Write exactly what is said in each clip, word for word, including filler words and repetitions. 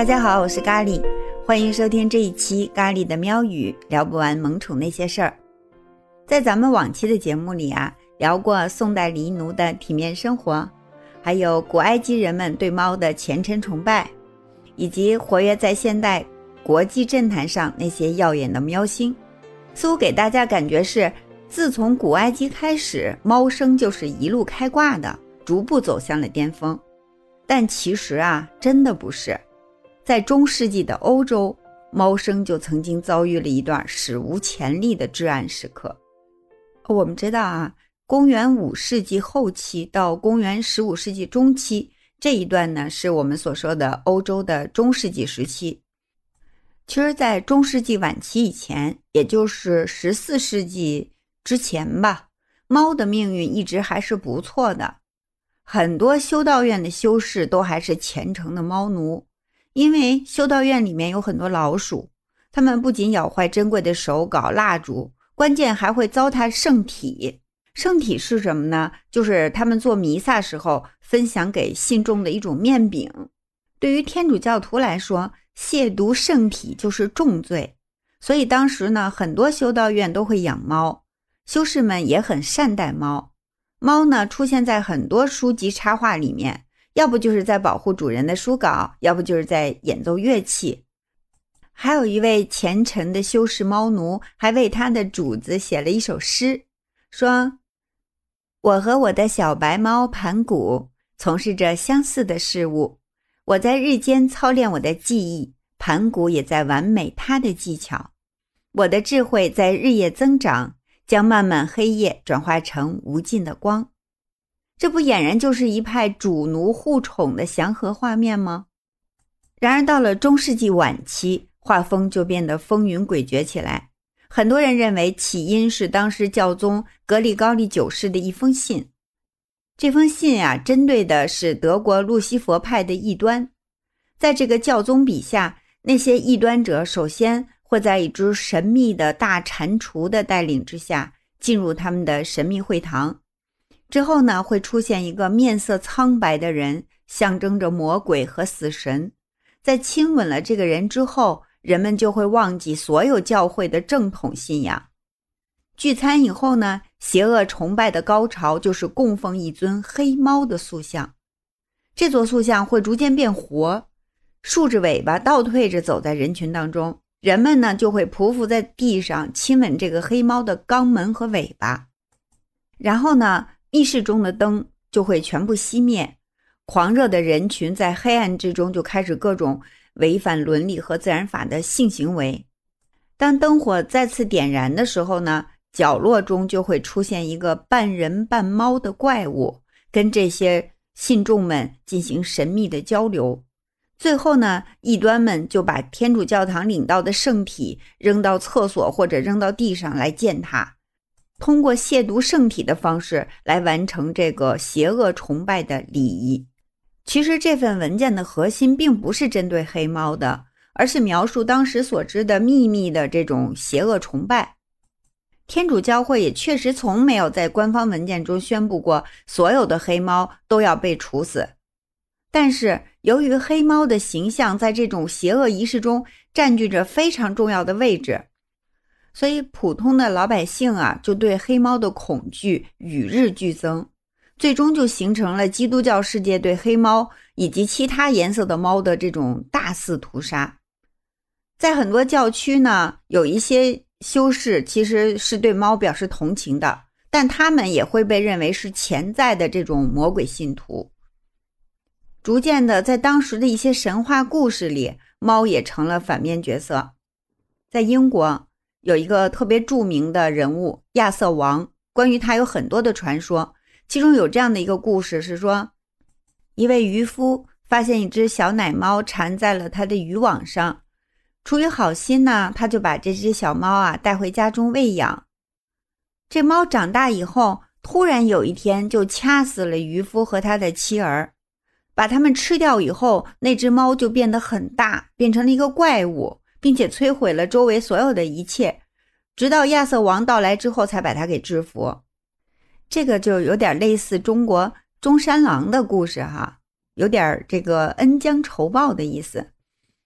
大家好，我是咖喱，欢迎收听这一期咖喱的喵语，聊不完萌宠那些事儿。在咱们往期的节目里啊，聊过宋代黎奴的体面生活，还有古埃及人们对猫的虔诚崇拜，以及活跃在现代国际政坛上那些耀眼的喵星。似乎给大家感觉是，自从古埃及开始，猫生就是一路开挂的，逐步走向了巅峰。但其实啊，真的不是。在中世纪的欧洲，猫生就曾经遭遇了一段史无前例的至暗时刻。我们知道啊，公元五世纪后期到公元十五世纪中期，这一段呢是我们所说的欧洲的中世纪时期。其实在中世纪晚期以前，也就是十四世纪之前吧，猫的命运一直还是不错的。很多修道院的修士都还是虔诚的猫奴，因为修道院里面有很多老鼠，它们不仅咬坏珍贵的手稿、蜡烛，关键还会糟蹋圣体。圣体是什么呢？就是他们做弥撒时候分享给信众的一种面饼。对于天主教徒来说，亵渎圣体就是重罪，所以当时呢，很多修道院都会养猫，修士们也很善待猫。猫呢，出现在很多书籍插画里面，要不就是在保护主人的书稿，要不就是在演奏乐器。还有一位虔诚的修士猫奴还为他的主子写了一首诗，说：我和我的小白猫盘古从事着相似的事物，我在日间操练我的技艺，盘古也在完美他的技巧。我的智慧在日夜增长，将漫漫黑夜转化成无尽的光。这不俨然就是一派主奴互宠的祥和画面吗？然而到了中世纪晚期，画风就变得风云诡谲起来。很多人认为起因是当时教宗格里高利九世的一封信。这封信啊，针对的是德国路西佛派的异端。在这个教宗笔下，那些异端者首先会在一只神秘的大蟾蜍的带领之下进入他们的神秘会堂。之后呢，会出现一个面色苍白的人，象征着魔鬼和死神。在亲吻了这个人之后，人们就会忘记所有教会的正统信仰。聚餐以后呢，邪恶崇拜的高潮就是供奉一尊黑猫的塑像。这座塑像会逐渐变活，竖着尾巴倒退着走在人群当中，人们呢就会匍匐在地上亲吻这个黑猫的肛门和尾巴。然后呢，密室中的灯就会全部熄灭，狂热的人群在黑暗之中就开始各种违反伦理和自然法的性行为。当灯火再次点燃的时候呢，角落中就会出现一个半人半猫的怪物，跟这些信众们进行神秘的交流。最后呢，异端们就把天主教堂领到的圣体扔到厕所或者扔到地上来践踏，通过亵渎圣体的方式来完成这个邪恶崇拜的礼仪。其实这份文件的核心并不是针对黑猫的，而是描述当时所知的秘密的这种邪恶崇拜。天主教会也确实从没有在官方文件中宣布过所有的黑猫都要被处死。但是由于黑猫的形象在这种邪恶仪式中占据着非常重要的位置，所以普通的老百姓啊，就对黑猫的恐惧与日俱增，最终就形成了基督教世界对黑猫以及其他颜色的猫的这种大肆屠杀。在很多教区呢，有一些修士其实是对猫表示同情的，但他们也会被认为是潜在的这种魔鬼信徒。逐渐的，在当时的一些神话故事里，猫也成了反面角色。在英国有一个特别著名的人物亚瑟王，关于他有很多的传说，其中有这样的一个故事是说，一位渔夫发现一只小奶猫缠在了他的渔网上，出于好心呢，他就把这只小猫啊带回家中喂养。这猫长大以后，突然有一天就掐死了渔夫和他的妻儿，把它们吃掉以后，那只猫就变得很大，变成了一个怪物，并且摧毁了周围所有的一切，直到亚瑟王到来之后才把它给制服。这个就有点类似中国中山狼的故事哈，有点这个恩将仇报的意思。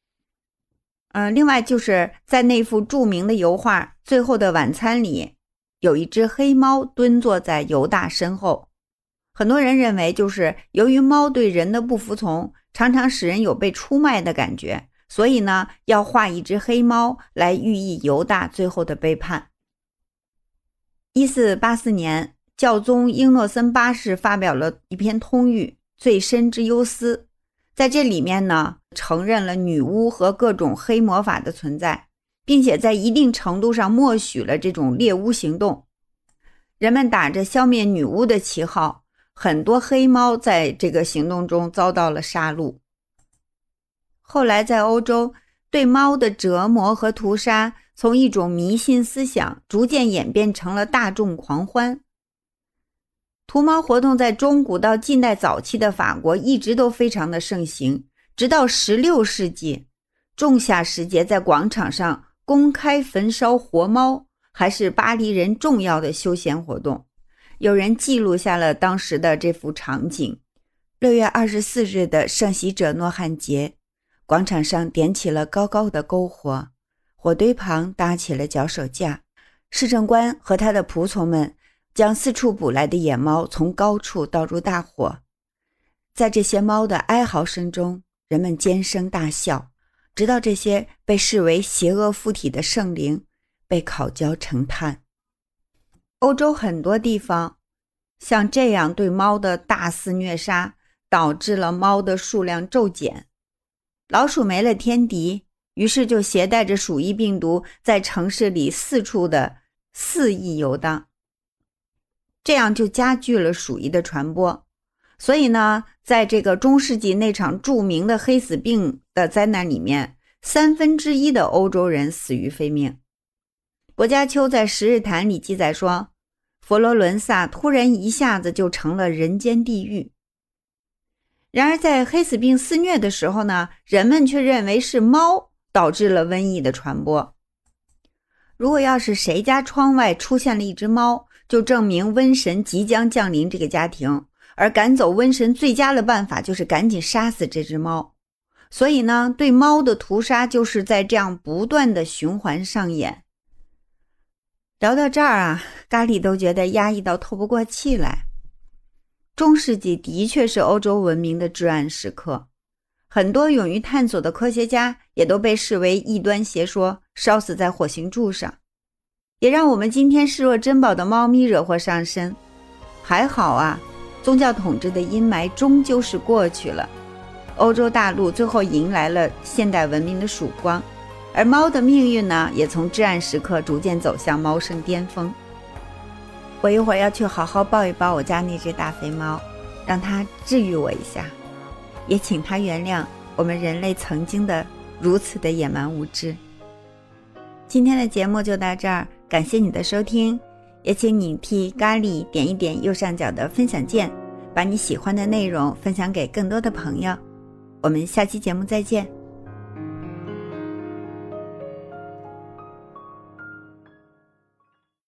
呃，另外就是在那幅著名的油画《最后的晚餐》里，有一只黑猫蹲坐在犹大身后。很多人认为，就是由于猫对人的不服从，常常使人有被出卖的感觉，所以呢，要画一只黑猫来寓意犹大最后的背叛。一四八四年，教宗英诺森八世发表了一篇通谕《最深之忧思》，在这里面呢，承认了女巫和各种黑魔法的存在，并且在一定程度上默许了这种猎巫行动。人们打着消灭女巫的旗号，很多黑猫在这个行动中遭到了杀戮。后来在欧洲，对猫的折磨和屠杀从一种迷信思想逐渐演变成了大众狂欢。屠猫活动在中古到近代早期的法国一直都非常的盛行，直到十六世纪，仲夏时节在广场上公开焚烧活猫还是巴黎人重要的休闲活动。有人记录下了当时的这幅场景。六月二十四日的圣喜者诺汉节，广场上点起了高高的篝火，火堆旁搭起了脚手架，市政官和他的仆从们将四处捕来的野猫从高处倒入大火。在这些猫的哀嚎声中，人们尖声大笑，直到这些被视为邪恶附体的圣灵被烤焦成炭。欧洲很多地方像这样对猫的大肆虐杀，导致了猫的数量骤减。老鼠没了天敌，于是就携带着鼠疫病毒在城市里四处的肆意游荡，这样就加剧了鼠疫的传播。所以呢，在这个中世纪那场著名的黑死病的灾难里面，三分之一的欧洲人死于非命。薄伽丘在《十日谈》里记载说，佛罗伦萨突然一下子就成了人间地狱。然而在黑死病肆虐的时候呢，人们却认为是猫导致了瘟疫的传播。如果要是谁家窗外出现了一只猫，就证明瘟神即将降临这个家庭，而赶走瘟神最佳的办法就是赶紧杀死这只猫。所以呢，对猫的屠杀就是在这样不断的循环上演。聊到这儿啊，咖喱都觉得压抑到透不过气来。中世纪的确是欧洲文明的至暗时刻，很多勇于探索的科学家也都被视为异端邪说，烧死在火星柱上，也让我们今天视若珍宝的猫咪惹祸上身。还好啊，宗教统治的阴霾终究是过去了，欧洲大陆最后迎来了现代文明的曙光，而猫的命运呢，也从至暗时刻逐渐走向猫生巅峰。我一会儿要去好好抱一抱我家那只大肥猫，让它治愈我一下，也请它原谅我们人类曾经的如此的野蛮无知。今天的节目就到这儿，感谢你的收听，也请你替咖喱点一点右上角的分享键，把你喜欢的内容分享给更多的朋友。我们下期节目再见。